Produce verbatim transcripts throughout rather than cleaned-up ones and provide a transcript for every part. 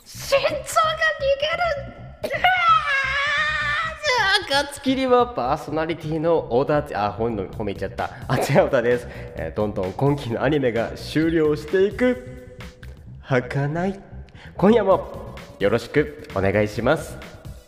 心臓が逃げる。暁にはパーソナリティの小田、あ、本の褒めちゃった。あつや小田です、えー。どんどん今期のアニメが終了していく。儚い。今夜もよろしくお願いします。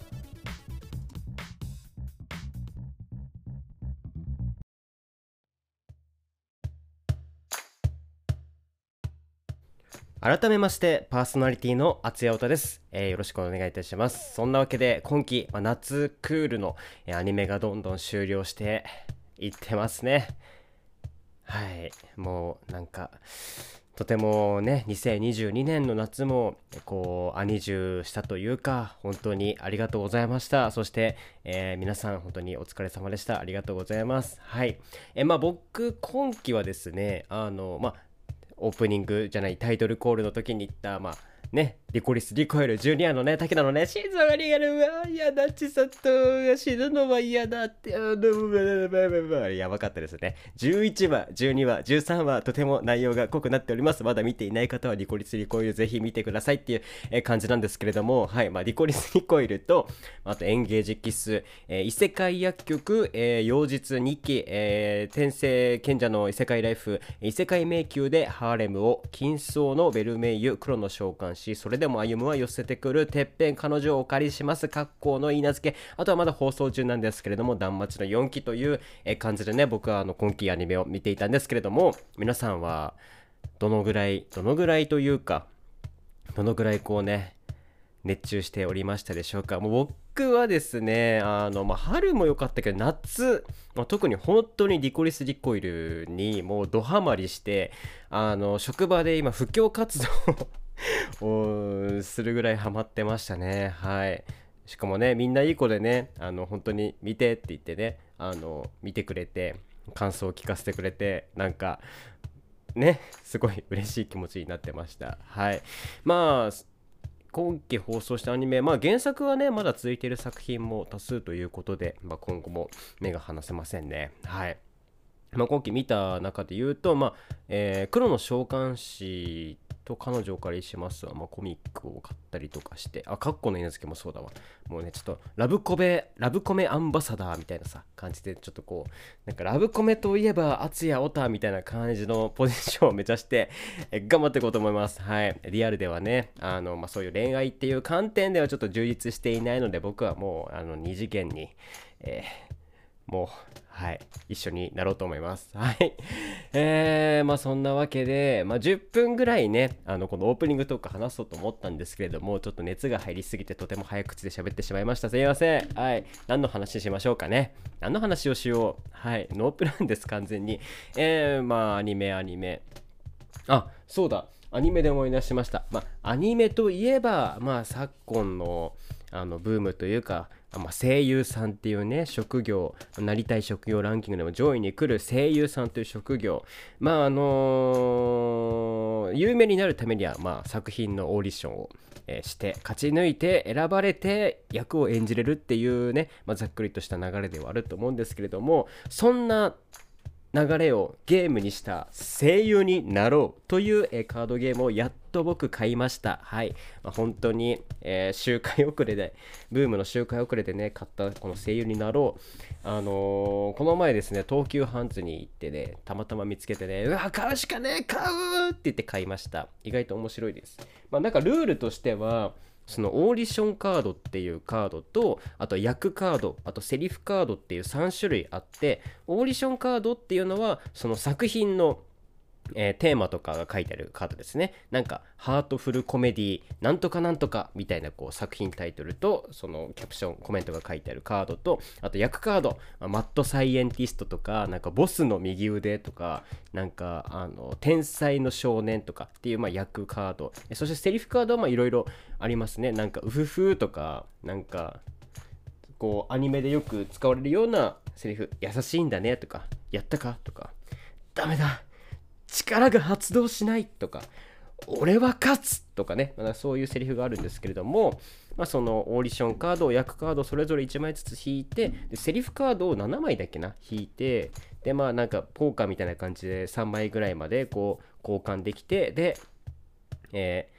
改めましてパーソナリティのあつやおたです、えー、よろしくお願いいたします。そんなわけで今期、まあ、夏クールの、えー、アニメがどんどん終了していってますね。はい、もうなんかとてもねにせんにじゅうにねんの夏もこうアニ重したというか、本当にありがとうございました。そして、えー皆さん本当にお疲れ様でした。ありがとうございます。はい。えまあ僕今期はですね、あのまあオープニングじゃないタイトルコールの時に言ったまあね、リコリスリコイルジュニアのね、竹田のね、心臓が逃げるわ、嫌だ、千里が死ぬのは嫌だって、あの、やばかったですね。じゅういちわ、じゅうにわ、じゅうさんわ、とても内容が濃くなっております。まだ見ていない方はリコリスリコイルぜひ見てくださいっていうえー感じなんですけれども、はい、まあ、リコリスリコイルと、あとエンゲージキス、えー異世界薬局、えー妖術にき、えー転生賢者の異世界ライフ、異世界迷宮でハーレムを、金層のベルメイユ、黒の召喚し、それでも歩むは寄せてくる、てっぺん彼女をお借りします、格好の言い付け、あとはまだ放送中なんですけれども、断末のよんきというえー感じでね、僕はあの今期アニメを見ていたんですけれども、皆さんはどのぐらい、どのぐらいというか、どのぐらいこうね、熱中しておりましたでしょうか。もう僕はですね、あの、まあ、春も良かったけど、夏、まあ、特に本当にリコリスリコイルにもうドハマりして、あの、職場で今、布教活動をするぐらいハマってましたね。はい。しかもね、みんないい子でね、あの、本当に見てって言ってね、あの、見てくれて、感想を聞かせてくれて、なんか、ね、すごい嬉しい気持ちになってました。はい。まあ、今期放送したアニメ、まあ原作はね、まだ続いている作品も多数ということで、まあ、今後も目が離せませんね。はい。まあ、今期見た中で言うと、まあえー黒の召喚師と彼女をお借りしますわ、まあ、コミックを買ったりとかして、あ、カッコの稲付けもそうだわ。もうね、ちょっとラブコメ、ラブコメアンバサダーみたいなさ、感じで、ちょっとこう、なんかラブコメといえば、厚谷オタみたいな感じのポジションを目指して、え頑張っていこうと思います。はい。リアルではね、あの、まあ、そういう恋愛っていう観点ではちょっと充実していないので、僕はもう、あの、二次元に、えーもう、はい、一緒になろうと思います。はい。えー、まあそんなわけで、まあじゅっぷんぐらいね、あの、このオープニングトーク話そうと思ったんですけれども、ちょっと熱が入りすぎてとても早口で喋ってしまいました。すいません。はい。何の話しましょうかね。何の話をしよう。はい。ノープランです、完全に。えー、まあアニメ、アニメ。あ、そうだ。アニメで思い出しました。まあ、アニメといえば、まあ、昨今の、あのブームというか、あまあ、声優さんっていうね、職業、なりたい職業ランキングでも上位に来る声優さんという職業。まあ、あのー有名になるためには、まあ、作品のオーディションを、えーして勝ち抜いて選ばれて役を演じれるっていうね、まあ、ざっくりとした流れではあると思うんですけれども、そんな流れをゲームにした声優になろうという、えーカードゲームをやっと僕買いました。はい。まあ、本当に、えー周回遅れで、ブームの周回遅れでね、買ったこの声優になろう。あのーこの前ですね、東急ハンズに行ってね、たまたま見つけてね、うわ、買うしかねえ、買うって言って買いました。意外と面白いです。まあなんかルールとしては、そのオーディションカードっていうカードと、あと役カード、あとセリフカードっていうさん種類あって、オーディションカードっていうのはその作品のえーテーマとかが書いてあるカードですね。なんかハートフルコメディなんとかなんとかみたいなこう作品タイトルとそのキャプションコメントが書いてあるカードと、あと役カード、まあマッドサイエンティストとか、なんかボスの右腕とか、なんかあの天才の少年とかっていうまあ役カード、えそしてセリフカードはまあいろいろありますね。なんかウフフとか、なんかこうアニメでよく使われるようなセリフ、優しいんだねとか、やったかとか、ダメだ、力が発動しないとか、俺は勝つとかね、まあそういうセリフがあるんですけれども、まあ、そのオーディションカード、役カードそれぞれいちまいずつ引いて、でセリフカードをななまいだっけな、引いて、で、まあなんかポーカーみたいな感じでさんまいぐらいまでこう交換できて、で、えー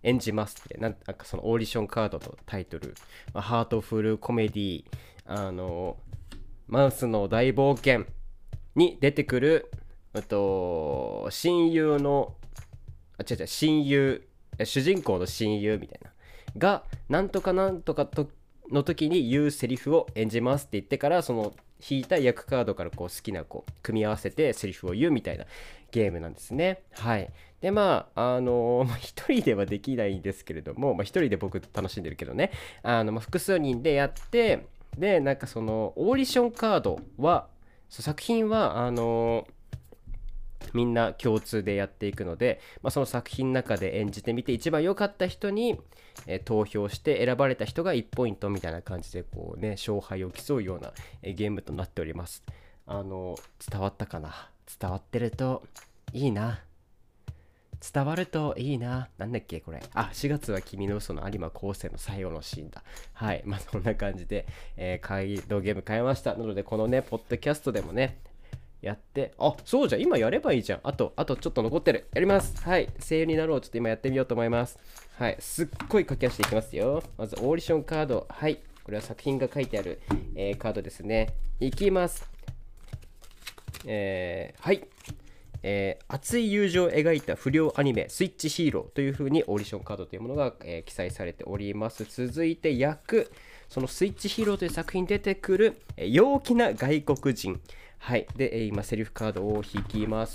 演じますって、なんかそのオーディションカードとタイトル、まあ、ハートフルコメディ、あのマウスの大冒険に出てくる、あと親友のあ違う違う親友主人公の親友みたいながなんとかなんとかとの時に言うセリフを演じますって言ってから、その引いた役カードからこう好きなこう組み合わせてセリフを言うみたいなゲームなんですね。はい。でまああのー、一人ではできないんですけれども、まあ、一人で僕楽しんでるけどね、あの、まあ、複数人でやって、でなんかそのオーディションカードは作品はあのーみんな共通でやっていくので、まあ、その作品の中で演じてみて一番良かった人に、えー投票して選ばれた人がいちポイントみたいな感じでこうね勝敗を競うような、えーゲームとなっております。あの伝わったかな。伝わってるといいな。伝わるといいな。なんだっけこれ。あ、しがつは君の嘘の有馬昴生の最後のシーンだ。はい。まあそんな感じで、えー、カードゲーム変えました。なのでこのね、ポッドキャストでもね、やって、あ、そうじゃん、今やればいいじゃん。あと、あとちょっと残ってる。やります。はい。声優になろう。ちょっと今やってみようと思います。はい。すっごい駆け足でいきますよ。まず、オーディションカード。はい。これは作品が書いてある、えーカードですね。いきます。えーはい。えー熱い友情を描いた不良アニメスイッチヒーローという風にオーディションカードというものが、えー記載されております。続いて役、そのスイッチヒーローという作品に出てくる、えー陽気な外国人。はい。で、えー今セリフカードを引きます。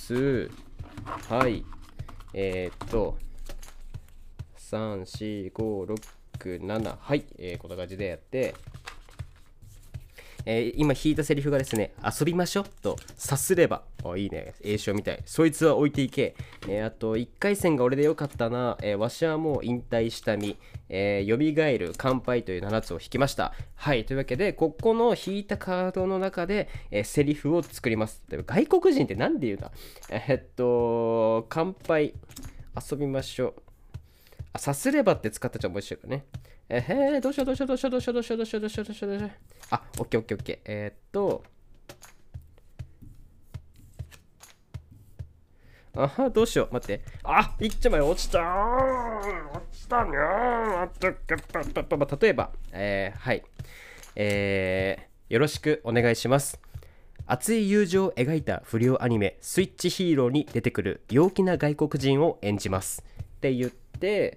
はい。えーっとさん、よん、ご、ろく、なな、はい、えーこんな感じでやって、えー今引いたセリフがですね、遊びましょとさすれば、あ、いいね、栄唱みたい、そいつは置いていけ、えーあといっかい戦が俺でよかったな、えーわしはもう引退した身、えー、蘇る乾杯というななつを引きました。はい、というわけでここの引いたカードの中で、えーセリフを作ります。で外国人って何で言うんだ、えーっと乾杯、遊びましょう、あ、さすればって使ったじゃん面白いからね。えへー、どうしようどうしようどうしようどうしようどうしようどうしようどうしようどうしようどうしよう。あ、オッケーオッケーオッケー。えー、っと、あは、どうしよう。待って。あ、いっちゃまい落ちたー落ちたにゃー。例えば、えー、はい。えー、よろしくお願いします。熱い友情を描いた不良アニメスイッチヒーローに出てくる陽気な外国人を演じますって言って、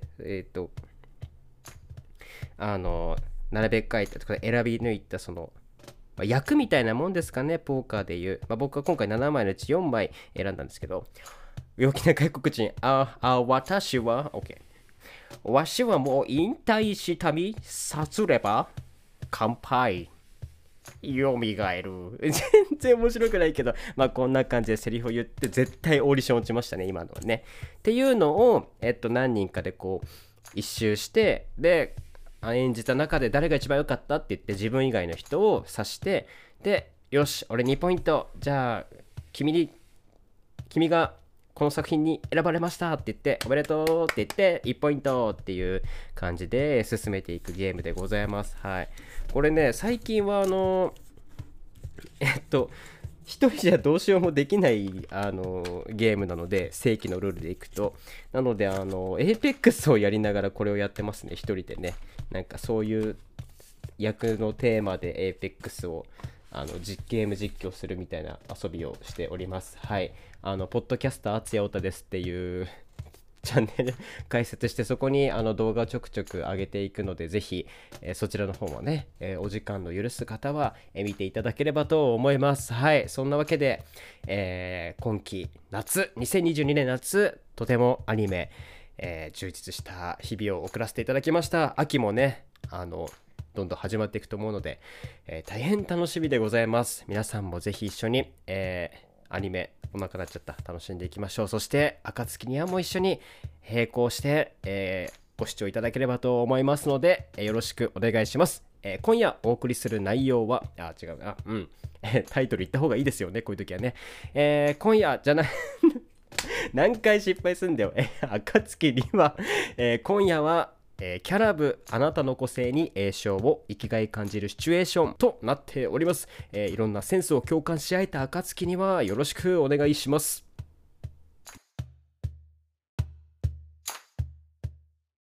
えっ、とあの並べ替えたとか選び抜いたその、まあ役みたいなもんですかね、ポーカーでいう、まあ、僕は今回ななまいのうちよんまい選んだんですけど、陽気な外国人、ああ私は OK、 わしはもう引退した身、さすれば乾杯、よみがえる。全然面白くないけど、まあこんな感じでセリフを言って絶対オーディション落ちましたね、今のはね。っていうのを、えっと、何人かでこう一周して、で演じた中で誰が一番良かったって言って自分以外の人を指して、でよし俺にポイント、じゃあ君に君がこの作品に選ばれましたって言っておめでとうって言っていちポイントっていう感じで進めていくゲームでございます。はい。これね最近はあのえっと一人じゃどうしようもできないあのゲームなので、正規のルールでいくと、なのであの エーペックス をやりながらこれをやってますね、一人でね。なんかそういう役のテーマで エーペックス をあの実ゲーム実況するみたいな遊びをしております。はい。あのポッドキャスターあつやおたですっていうチャンネル解説して、そこにあの動画をちょくちょく上げていくので、ぜひ、えーそちらの方もね、えーお時間の許す方は、えー見ていただければと思います。はい。そんなわけで、えー今季夏にせんにじゅうにねん夏、とてもアニメ、えー充実した日々を送らせていただきました。秋もね、あのどんどん始まっていくと思うので、えー大変楽しみでございます。皆さんもぜひ一緒に、えーアニメお腹なっちゃった楽しんでいきましょう。そして暁にはもう一緒に並行して、えーご視聴いただければと思いますので、えーよろしくお願いします。えー今夜お送りする内容は、あ違うな、うんタイトル言った方がいいですよね、こういう時はね。えー今夜じゃない何回失敗すんだよ。え暁には、えー今夜はえーキャラ部あなたの個性に栄唱を生きがい感じるシチュエーションとなっております。えーいろんなセンスを共感し合えた暁にはよろしくお願いします。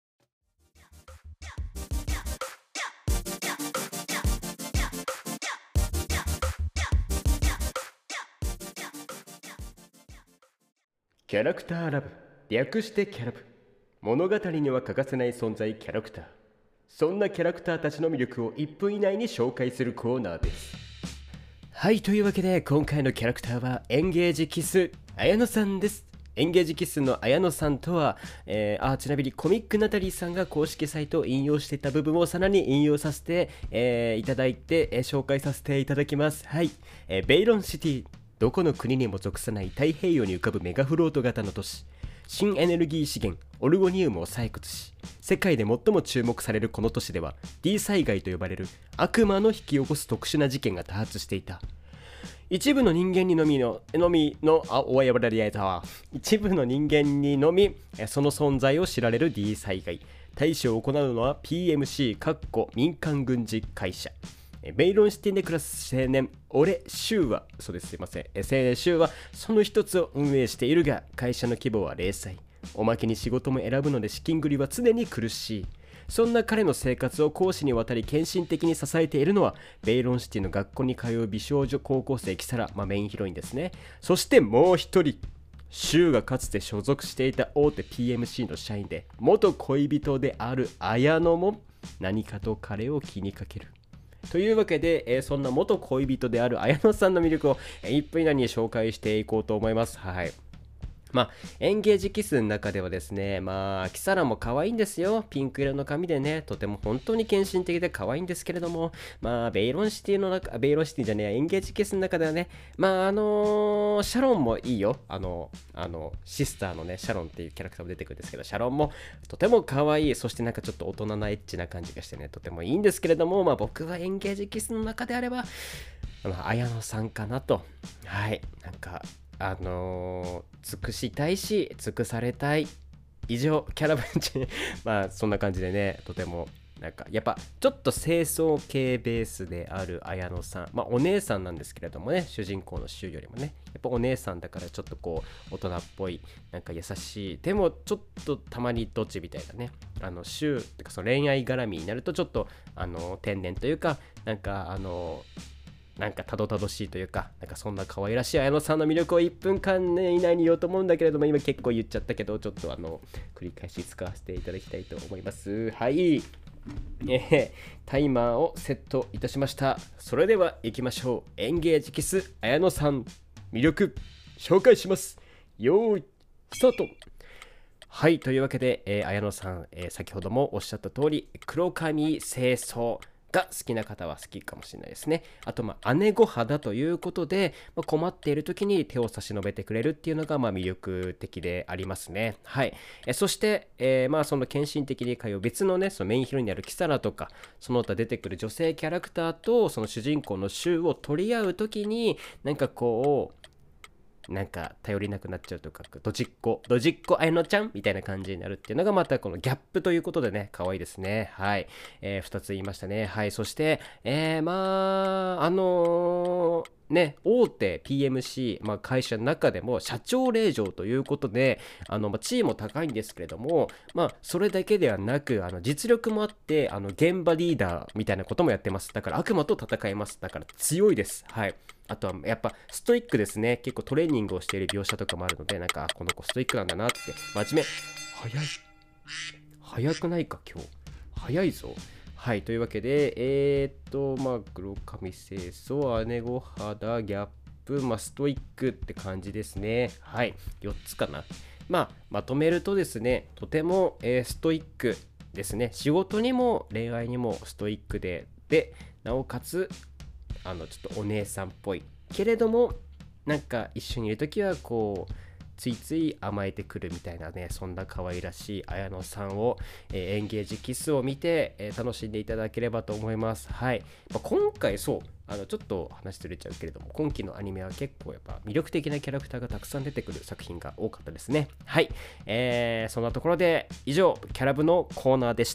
キャラクターラブ、略してキャラブ。物語には欠かせない存在、キャラクター。そんなキャラクターたちの魅力をいっぷん以内に紹介するコーナーです。はい、というわけで今回のキャラクターはエンゲージキス綾乃さんです。エンゲージキスの綾乃さんとは、えー、あちなみにコミックナタリーさんが公式サイトを引用していた部分をさらに引用させて、えー、いただいて、えー、紹介させていただきます。はい、えー、ベイロンシティ、どこの国にも属さない太平洋に浮かぶメガフロート型の都市。新エネルギー資源オルゴニウムを採掘し、世界で最も注目されるこの都市では D 災害と呼ばれる悪魔の引き起こす特殊な事件が多発していた。一部の人間にのみののみのあおやばられやた一部の人間にのみその存在を知られる D 災害。対処を行うのは ピーエムシー かっこ民間軍事会社。ベイロンシティで暮らす青年俺シュウはそうですすいません青年シュウはその一つを運営しているが、会社の規模は零細。おまけに仕事も選ぶので資金繰りは常に苦しい。そんな彼の生活を講師にわたり献身的に支えているのはベイロンシティの学校に通う美少女高校生キサラ、まあ、メインヒロインですね。そしてもう一人、シュウがかつて所属していた大手 ピーエムシー の社員で元恋人である綾乃も何かと彼を気にかける。というわけで、えー、そんな元恋人である綾乃さんの魅力をいっぷん以内に紹介していこうと思います。はい。まあ、エンゲージキスの中ではですね、まあ、キサラも可愛いんですよ。ピンク色の髪でね、とても本当に献身的で可愛いんですけれども、まあ、ベイロンシティの中、ベイロンシティじゃねえや、エンゲージキスの中ではね、まあ、あのー、シャロンもいいよ。あの、あの、シスターのね、シャロンっていうキャラクターも出てくるんですけど、シャロンもとても可愛い、そしてなんかちょっと大人なエッチな感じがしてね、とてもいいんですけれども、まあ、僕はエンゲージキスの中であれば、まあ、綾乃さんかなと。はい、なんか、あのー、尽くしたいし尽くされたい。以上キャラブンチまあそんな感じでね、とてもなんかやっぱちょっと清掃系ベースである綾乃さん、まあお姉さんなんですけれどもね、主人公の柊よりもねやっぱお姉さんだからちょっとこう大人っぽい、なんか優しい、でもちょっとたまにどっちみたいなね、あの柊ってかその恋愛絡みになるとちょっとあの天然というか、なんかあのなんかたどたどしいというか、なんかそんな可愛らしい綾乃さんの魅力をいっぷんかん、ね、以内に言おうと思うんだけれども、今結構言っちゃったけど、ちょっとあの繰り返し使わせていただきたいと思います。はい、えー、タイマーをセットいたしました。それでは行きましょう。エンゲージキス綾乃さん魅力紹介します。よーいスタート。はい、というわけで、えー、綾乃さん、えー、先ほどもおっしゃった通り黒髪清掃が好きな方は好きかもしれないですね。あと、まあ、姉御肌ということで、まあ、困っている時に手を差し伸べてくれるっていうのが、まあ、魅力的でありますね。はい。えそして、えーまあ、その献身的に通う別のね、そのメインヒロインにあるキサラとか、その他出てくる女性キャラクターと、その主人公のシュウを取り合う時に、なんかこう、なんか頼りなくなっちゃうとか、ドジっ子ドジっ子あやのちゃんみたいな感じになるっていうのがまたこのギャップということでね、可愛いですね。はい、えー、ふたつ言いましたね。はい。そしてえー、まああのーね、大手 ピーエムシー、まあ、会社の中でも社長令嬢ということで、あの、まあ、地位も高いんですけれども、まあ、それだけではなく、あの実力もあって、あの現場リーダーみたいなこともやってます。だから悪魔と戦います。だから強いです。はい。あとはやっぱストイックですね。結構トレーニングをしている描写とかもあるので、なんかこの子ストイックなんだなって。真面目。早い。早くないか今日。早いぞ。はい。というわけで、えー、っと、まあ、黒髪清掃、姉御肌、ギャップ、まあ、ストイックって感じですね。はい。よっつかな。まあ、まとめるとですね、とても、えー、ストイックですね。仕事にも恋愛にもストイックで、で、なおかつ、あのちょっとお姉さんっぽいけれども、なんか一緒にいるときはこうついつい甘えてくるみたいなね、そんな可愛らしい綾乃さんを、えー、エンゲージキスを見て、えー、楽しんでいただければと思います。はい。まあ、今回そうあのちょっと話ずれちゃうけれども、今期のアニメは結構やっぱ魅力的なキャラクターがたくさん出てくる作品が多かったですね。はい。えー、そんなところで以上キャラ部のコーナーでした。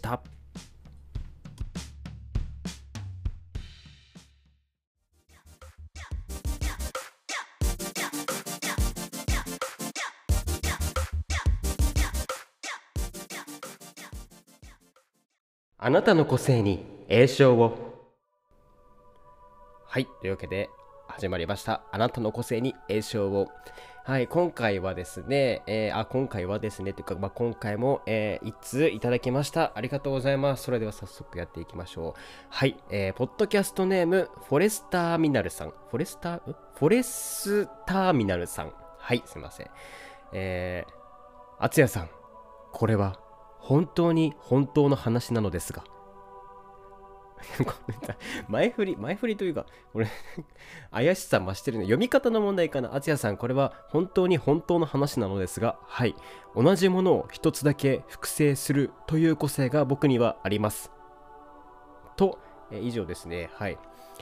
あなたの個性に栄唱を。はい、というわけで始まりました。あなたの個性に栄唱を。 はい、今回はですね、えーあ、今回はですね、というか、まあ、今回も、えー、いっついただきました。ありがとうございます。それでは早速やっていきましょう。はい、えー、ポッドキャストネーム、フォレスターミナルさん。フォレスター、んフォレスターミナルさん。はい、すいません。えー、あつやさん、これは本当に本当の話なのですが。ごめんなさい。前振り、前振りというか、俺、怪しさ増してるの。読み方の問題かな。あつやさん、これは本当に本当の話なのですが、はい。同じものを一つだけ複製するという個性が僕にはあります。と、えー以上ですね。はい。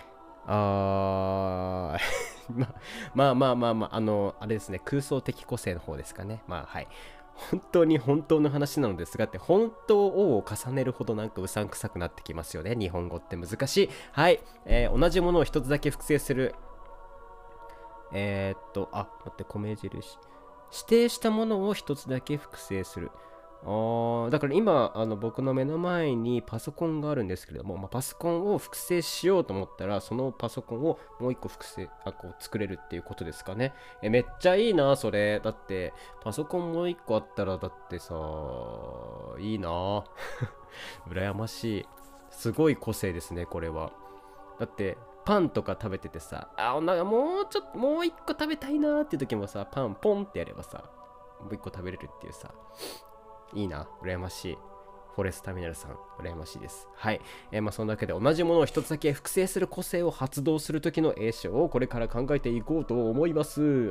あーまあまあまあまあまあ、あの、あれですね、空想的個性の方ですかね。まあはい。本当に本当の話なのですがって、本当を重ねるほどなんかうさんくさくなってきますよね。日本語って難しい。はい。えー同じものを一つだけ複製する。えーっと、あ、待って、米印。指定したものを一つだけ複製する。あーだから今あの僕の目の前にパソコンがあるんですけれども、まあ、パソコンを複製しようと思ったらそのパソコンをもう一個複製あこう作れるっていうことですかね。えめっちゃいいなそれ。だってパソコンもう一個あったらだってさいいな羨ましい。すごい個性ですねこれは。だってパンとか食べててさあなんかもうちょっともう一個食べたいなっていう時もさパンポンってやればさもう一個食べれるっていうさいいな、羨ましい。フォレスターミナルさん、羨ましいです。はい。えーまあ、そんなわけで同じものを一つだけ複製する個性を発動する時の詠唱をこれから考えていこうと思います。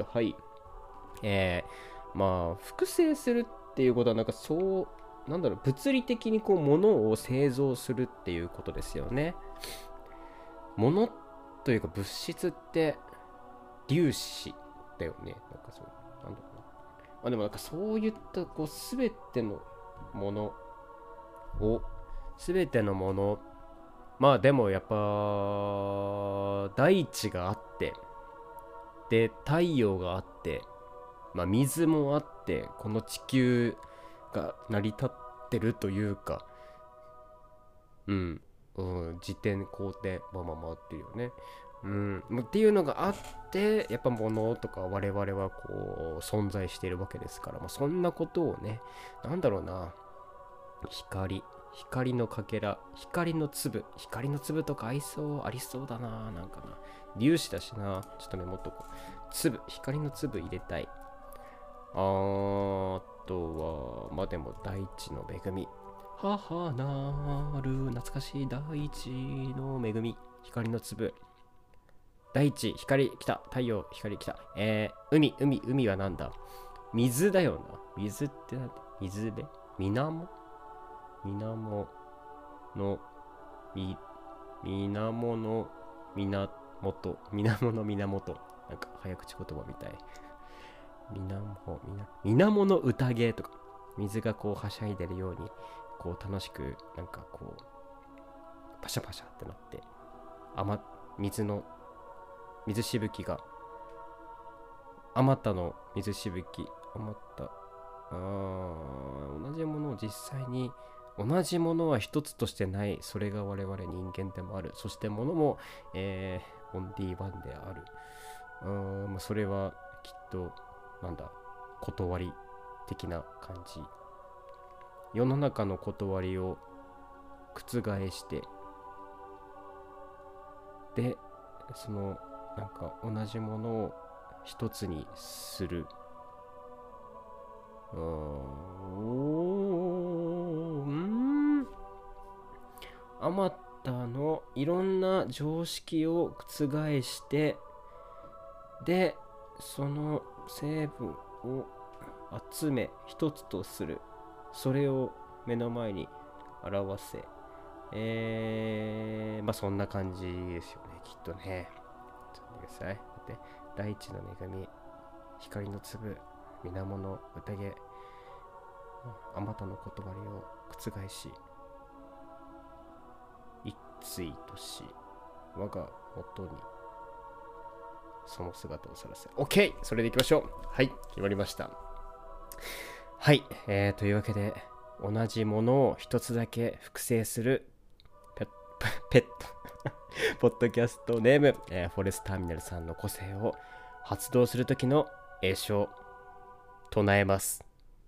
はい。えー、まあ、複製するっていうことは、なんかそう、なんだろう、物理的にこう、物を製造するっていうことですよね。物というか物質って粒子だよね。なんかそう、なんだろうな。まあでもなんかそういったこう、すべてのものを全てのものまあでもやっぱ大地があってで太陽があってまあ水もあってこの地球が成り立ってるというかうん、うん、自転公転まあまあ回ってるよね。うん、っていうのがあってやっぱ物とか我々はこう存在しているわけですから、まあ、そんなことをねなんだろうな光光のかけら光の粒光の粒とか合いそうありそうだななんかな粒子だしなちょっとメモっとこう粒光の粒入れたいあーあとはまあでも大地の恵み母なる懐かしい大地の恵み光の粒大地光来た太陽光来たえー、海海海はなんだ水だよな水ってなんだ水辺水面みなものみ、みなものみなもと、みなものみなもと。なんか早口言葉みたい。みなも、みな、みなもの宴とか。水がこうはしゃいでるように、こう楽しく、なんかこう、パシャパシャってなって、あま、水の、水しぶきが、あまたの水しぶき、あまた、あー同じものを実際に同じものは一つとしてない。それが我々人間でもある。そしてものも、えー、オンリーワンである。うーん、まあ、それはきっと、なんだ、断り的な感じ。世の中の断りを覆して、で、その、なんか同じものを一つにする。うーん。あまたのいろんな常識を覆してでその成分を集め一つとするそれを目の前に表せえー、まあそんな感じですよねきっとね。ちょっと待ってください。で大地の恵み光の粒水面の宴あまたの断りを覆し一対とし我が元にその姿をさらせ OK それでいきましょう。はい決まりました。はい、えー、というわけで同じものを一つだけ複製するペッペットポッドキャストネーム、えー、フォレスターミナルさんの個性を発動する時の栄唱唱えます。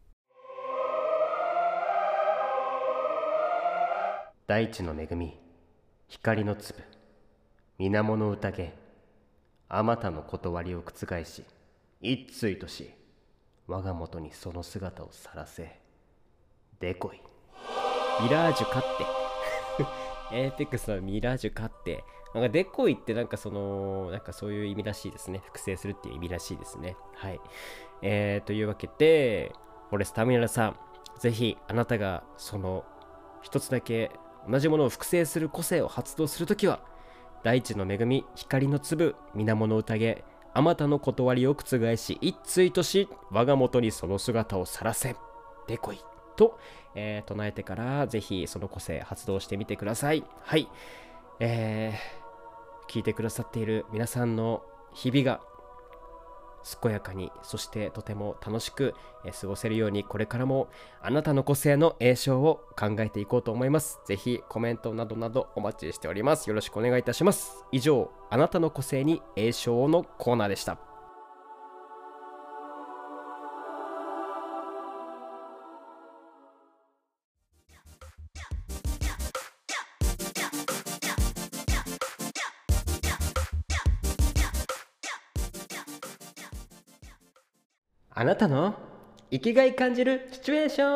大地の恵み、光の粒、水面の宴、あまたの断りを覆し、一対とし、我が元にその姿を晒せ。でこい。ミラージュ勝ってエーペックスのミラージュ勝って、なんかデコイってなんかそのなんかそういう意味らしいですね。複製するっていう意味らしいですね。はい。えー、というわけで、フォレスターミナルさん、ぜひあなたがその一つだけ同じものを複製する個性を発動するときは、大地の恵み、光の粒、水面の宴、あまたの断りを覆し、一対とし、我が元にその姿を晒せ。でこい。と、えー、唱えてから、ぜひその個性発動してみてください。はい。えー、聞いてくださっている皆さんの日々が健やかに、そしてとても楽しく、えー、過ごせるように、これからもあなたの個性の栄唱を考えていこうと思います。ぜひコメントなどなどお待ちしております。よろしくお願いいたします。以上、あなたの個性に栄唱のコーナーでした。あなたの生きがい感じるシチュエーショ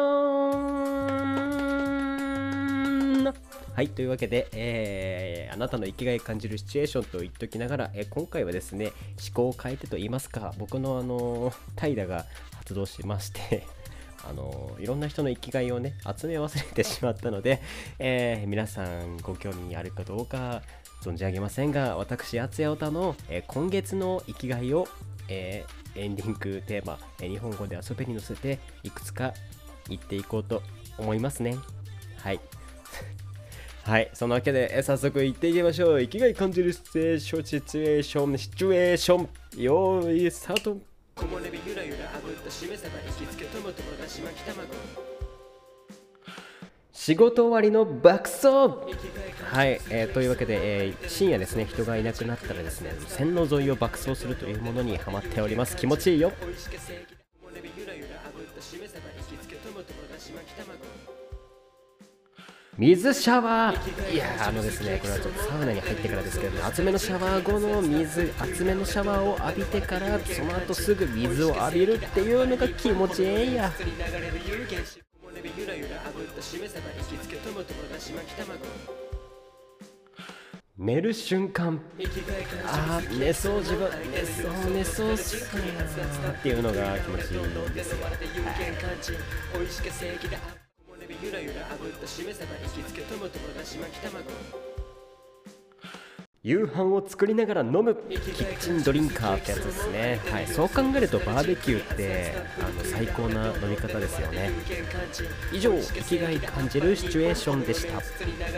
ン。はい、というわけで、えー、あなたの生きがい感じるシチュエーションと言っときながら、えー、今回はですね、思考を変えてと言いますか、僕のあの怠惰が発動しましてあのいろんな人の生きがいをね集め忘れてしまったので、えー、皆さんご興味あるかどうか存じ上げませんが、私あつやおたの、えー、今月の生きがいを、えーエンディングテーマ、日本語で遊べに乗せていくつか言っていこうと思いますね。はいはい、そのわけで早速言っていきましょう。生きがい感じるシチュエーションシチュエーションシチュエーション、よーいスタート。木漏れ日ゆらゆら炙ったしめ鯖行きつけトマトのだし巻き卵、仕事終わりの爆走。はい、えー、というわけで、えー、深夜ですね、人がいなくなったらですね、線路沿いを爆走するというものにハマっております。気持ちいいよ。水シャワー。いやー、あのですね、これはちょっとサウナに入ってからですけど、ね、厚めのシャワー後の水、厚めのシャワーを浴びてからその後すぐ水を浴びるっていうのが気持ちいいや。寝る瞬間、あー寝そう、自分寝そう寝そうっすねっていうのが気持ちいいんですよ。夕飯を作りながら飲むキッチンドリンカーってやつですね。はい、そう考えるとバーベキューってあの最高な飲み方ですよね。以上、生きがい感じるシチュエーションでした。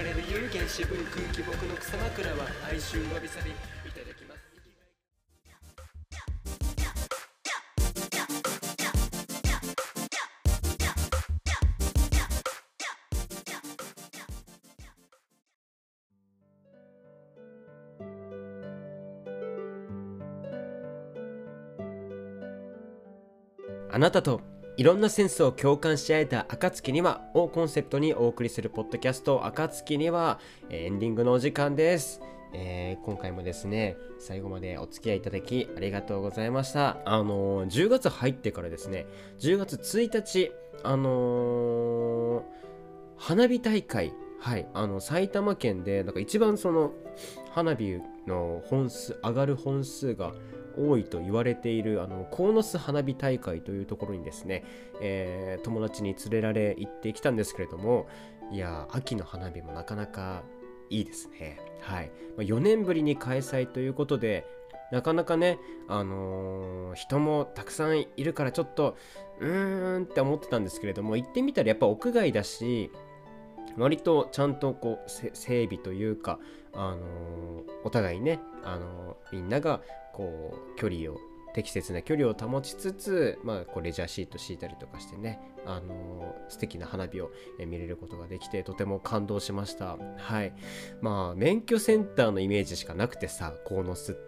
あなたといろんなセンスを共感し合えた暁にはをコンセプトにお送りするポッドキャスト暁にはエンディングのお時間です。えー、今回もですね最後までお付き合いいただきありがとうございました。あのー、じゅうがつ入ってからですね、じゅうがつついたちあのー、花火大会、はい、あの埼玉県でなんか一番その花火の本数上がる本数が多いと言われているあの鴻巣花火大会というところにですね、えー、友達に連れられ行ってきたんですけれども、いや秋の花火もなかなかいいですね。はい、まあ、よねんぶりに開催ということでなかなかね、あのー、人もたくさんいるからちょっとうーんって思ってたんですけれども、行ってみたらやっぱ屋外だし割とちゃんとこう整備というか、あのー、お互いね、あのー、みんながこう距離を適切な距離を保ちつつ、まあ、こうレジャーシート敷いたりとかしてね、あのー、素敵な花火を見れることができてとても感動しました。はい、まあ免許センターのイメージしかなくてさ、鴻巣って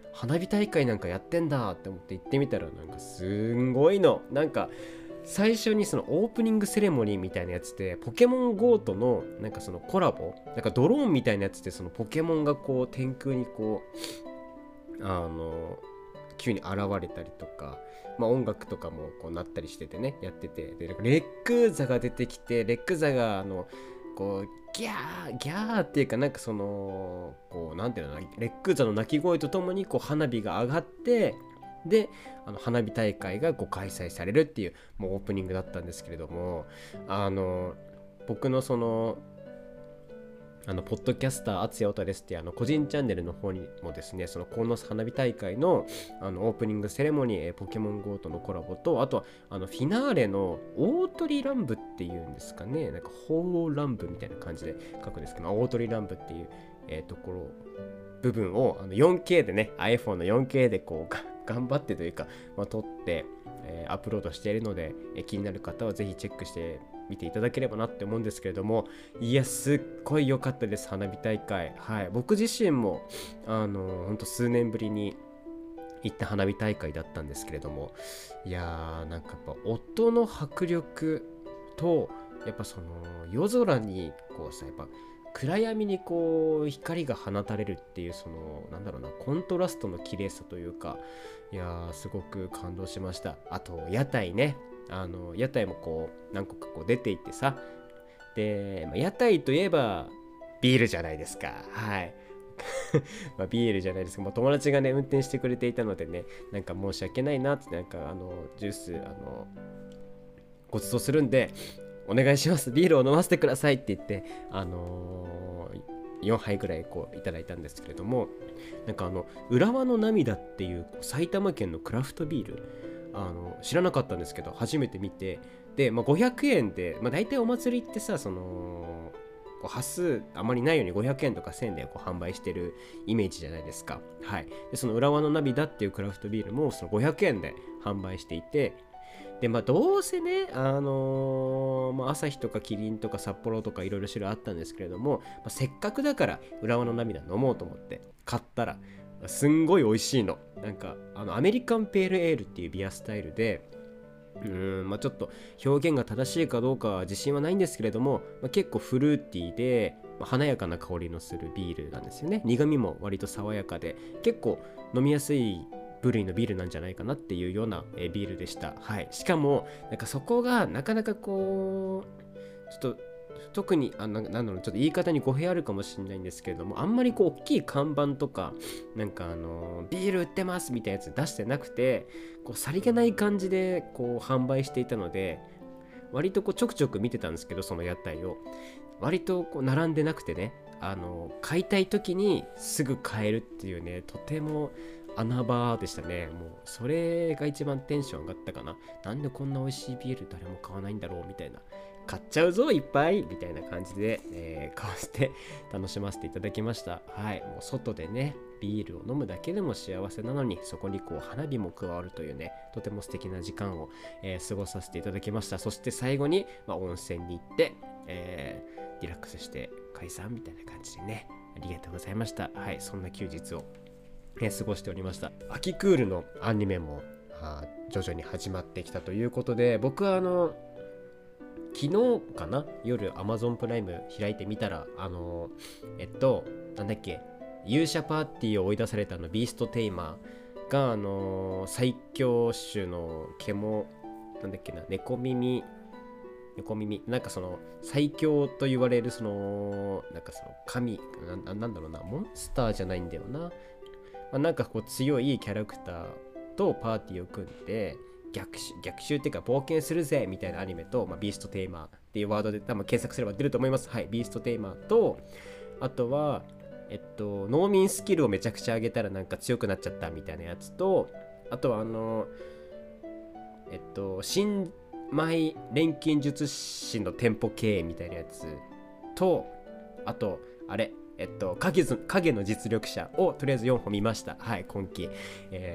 花火大会なんかやってんだって思って行ってみたら、なんかすんごいの、なんか最初にそのオープニングセレモニーみたいなやつでポケモン ゴー とのなんかそのコラボ、なんかドローンみたいなやつでそのポケモンがこう天空にこうあの急に現れたりとか、まあ、音楽とかもこうなったりしててね、やってて、でレックザが出てきて、レックザがあのこうギャーギャーっていうか、なんかそのこうなんていうの、レックザの鳴き声とともにこう花火が上がって、であの花火大会がこう開催されるっていうもうオープニングだったんですけれども、あの僕のそのあのポッドキャスターあつやおたですっていうあの個人チャンネルの方にもですね、そのこの花火大会のあのオープニングセレモニー、ポケモン ゴー とのコラボと、あとはあのフィナーレの大鳥乱舞っていうんですかね、なんか鳳凰乱舞みたいな感じで書くんですけど、大鳥乱舞っていう、えー、ところ部分をあの よんケー でね、 iPhone の よんケー でこう頑張ってというか、まあ、撮って、えー、アップロードしているので、えー、気になる方はぜひチェックして見ていただければなって思うんですけれども、いやすっごい良かったです、花火大会。はい、僕自身もあのほんと数年ぶりに行った花火大会だったんですけれども、いやーなんかやっぱ音の迫力と、やっぱその夜空にこうさ、やっぱ暗闇にこう光が放たれるっていう、そのなんだろうな、コントラストの綺麗さというか、いやーすごく感動しました。あと屋台ね、あの屋台もこう何個かこう出ていってさ、で、まあ、屋台といえばビールじゃないですか。はいまあビールじゃないですか。もう友達がね運転してくれていたのでね、なんか申し訳ないなって、なんかあのジュースあのご馳走するんでお願いします、ビールを飲ませてくださいって言って、あのー、よんはいぐらいこういただいたんですけれども、なんかあの浦和の涙っていう埼玉県のクラフトビール、あの知らなかったんですけど初めて見て、で、まあ、ごひゃくえんで、まあ、大体お祭りってさ、そのこう端数あまりないようにごひゃくえんとかせんえんでこう販売してるイメージじゃないですか。はい。でその浦和の涙っていうクラフトビールもそのごひゃくえんで販売していて、でまあどうせね、あのーまあ、朝日とかキリンとか札幌とかいろいろ種類あったんですけれども、まあ、せっかくだから浦和の涙飲もうと思って買ったらすんごい美味しいの。なんかあのアメリカンペールエールっていうビアスタイルで、うーんまあちょっと表現が正しいかどうかは自信はないんですけれども、まあ、結構フルーティーで、まあ、華やかな香りのするビールなんですよね。苦味も割と爽やかで結構飲みやすい部類のビールなんじゃないかなっていうような、えー、ビールでした。はい。しかもなんかそこがなかなかこうちょっと特にあななんだろう、ちょっと言い方に語弊あるかもしれないんですけれども、あんまりこう大きい看板とかなんかあのビール売ってますみたいなやつ出してなくて、こうさりげない感じでこう販売していたので、割とこうちょくちょく見てたんですけど、その屋台を割とこう並んでなくてね、あの買いたい時にすぐ買えるっていうね、とても穴場でしたね。もうそれが一番テンション上がったかな。なんでこんな美味しいビール誰も買わないんだろうみたいな、買っちゃうぞいっぱいみたいな感じで、えー、買わせて楽しませていただきました。はい。もう外でねビールを飲むだけでも幸せなのに、そこにこう花火も加わるというね、とても素敵な時間を、えー、過ごさせていただきました。そして最後に、まあ、温泉に行って、えー、リラックスして解散みたいな感じでね、ありがとうございました。はい。そんな休日をえー、過ごしておりました。秋クールのアニメも徐々に始まってきたということで、僕はあの昨日かな、夜 Amazon プライム開いてみたら、あのえっとなんだっけ、勇者パーティーを追い出されたあのビーストテイマーが、あの最強種の獣なんだっけな、猫耳猫耳なんかその最強と言われるそのなんかその神 な, なんだろうな、モンスターじゃないんだよな、まあ、なんかこう強いキャラクターとパーティーを組んで逆襲逆襲っていうか冒険するぜみたいなアニメと、まあ、ビーストテイマーっていうワードで多分検索すれば出ると思います。はい。ビーストテイマーと、あとはえっと農民スキルをめちゃくちゃ上げたらなんか強くなっちゃったみたいなやつと、あとはあのえっと新米錬金術師の店舗経営みたいなやつと、あとあれえっと、影の実力者をとりあえずよんほん見ました。はい、今期。えー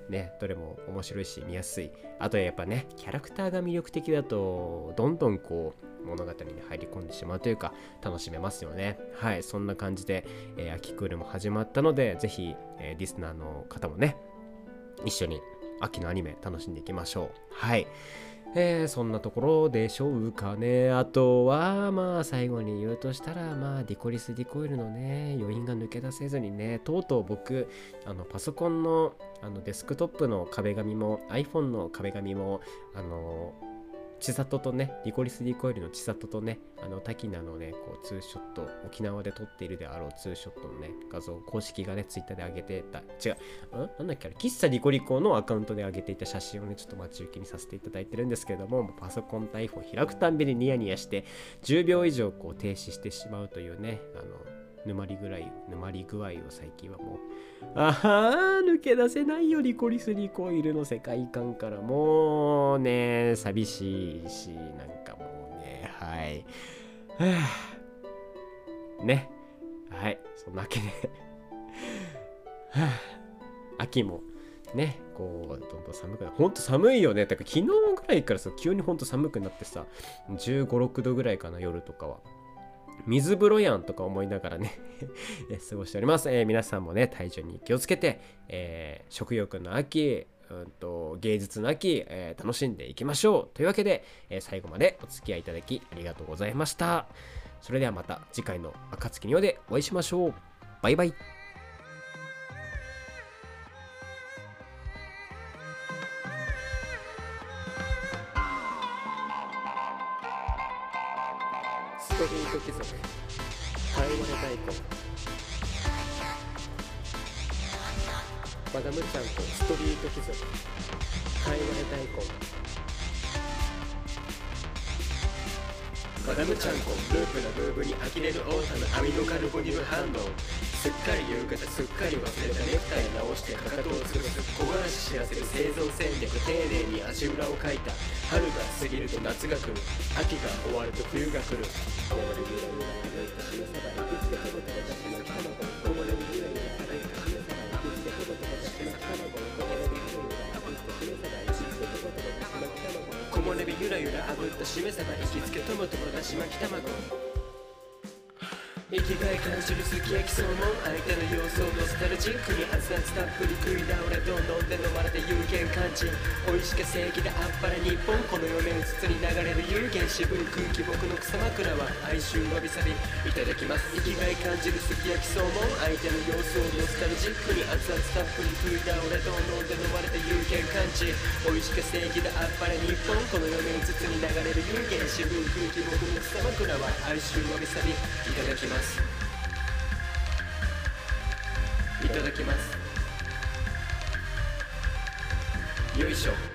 ね、どれも面白いし見やすい。あとやっぱね、キャラクターが魅力的だとどんどんこう物語に入り込んでしまうというか楽しめますよね。はい、そんな感じで、えー、秋クールも始まったので、ぜひ、えー、リスナーの方もね一緒に秋のアニメ楽しんでいきましょう。はい、えー、そんなところでしょうかね。あとはまあ最後に言うとしたら、まあディコリス・ディコイルのね余韻が抜け出せずにね、とうとう僕あのパソコンのあのデスクトップの壁紙も iPhone の壁紙もあの千里とね、ディコリス・ディコイルの千里とね、あの滝名のねこうツーショット、沖縄で撮っているであろうツーショットのね画像、公式がねツイッターで上げてた、違う、んなんだっけあれ、喫茶リコリコのアカウントで上げていた写真をねちょっと待ち受けにさせていただいてるんですけれども、パソコンと iPhone 開くたんびにニヤニヤしてじゅうびょう以上こう停止してしまうというね、あの沼りぐらい沼り具合を最近はもうあはー抜け出せないよ、リコリス・リコイルの世界観から。もうね寂しいし、なんかもうね、はいはあね、はいそんなわけではあ秋もねこうどんどん寒くなる。ほんと寒いよね。だから昨日ぐらいからさ急にほんと寒くなってさ、じゅうご、ろくどぐらいかな、夜とかは。水風呂やんとか思いながらね過ごしております。えー、皆さんもね体調に気をつけて、えー、食欲の秋、うんと芸術の秋、えー、楽しんでいきましょうというわけで、えー、最後までお付き合いいただきありがとうございました。それではまた次回の暁のようでお会いしましょう。バイバイ。ストリート貴族、会話の大根、マダムちゃんとストリート貴族、会話の大根、マダムちゃんこ、ループなムーブに呆れるオータム、アミノカルボニル反応。すっかり夕方、すっかり忘れたネクタイ直してかかとを潰す、木枯らし知らせる生存戦略、丁寧に足裏をかいた。春が過ぎると夏が来る、秋が終わると冬が来る。木漏れ日ゆらゆら炙ったしめ鯖、行きつけトマトのだし巻き卵。生きがい感じるすき焼きそうもん、相手の様子をノスタルジックに熱々たっぷり食い倒れ、どんどんで飲まれて有限感じ、美味しか正義であっぱれ日本、この世面うつつに流れる有限渋い空気、僕の草枕は哀愁わびさびいただきます。生きがい感じるすき焼きそうもん、相手の様子をノスタルジックに熱々たっぷり食い倒れ、どんどんで飲まれて有限感じ、美味しか正義であっぱれ日本、この世面うつつに流れる有限渋い空気、僕の草枕は哀愁わびさびいただきます。いただきます。よいしょ。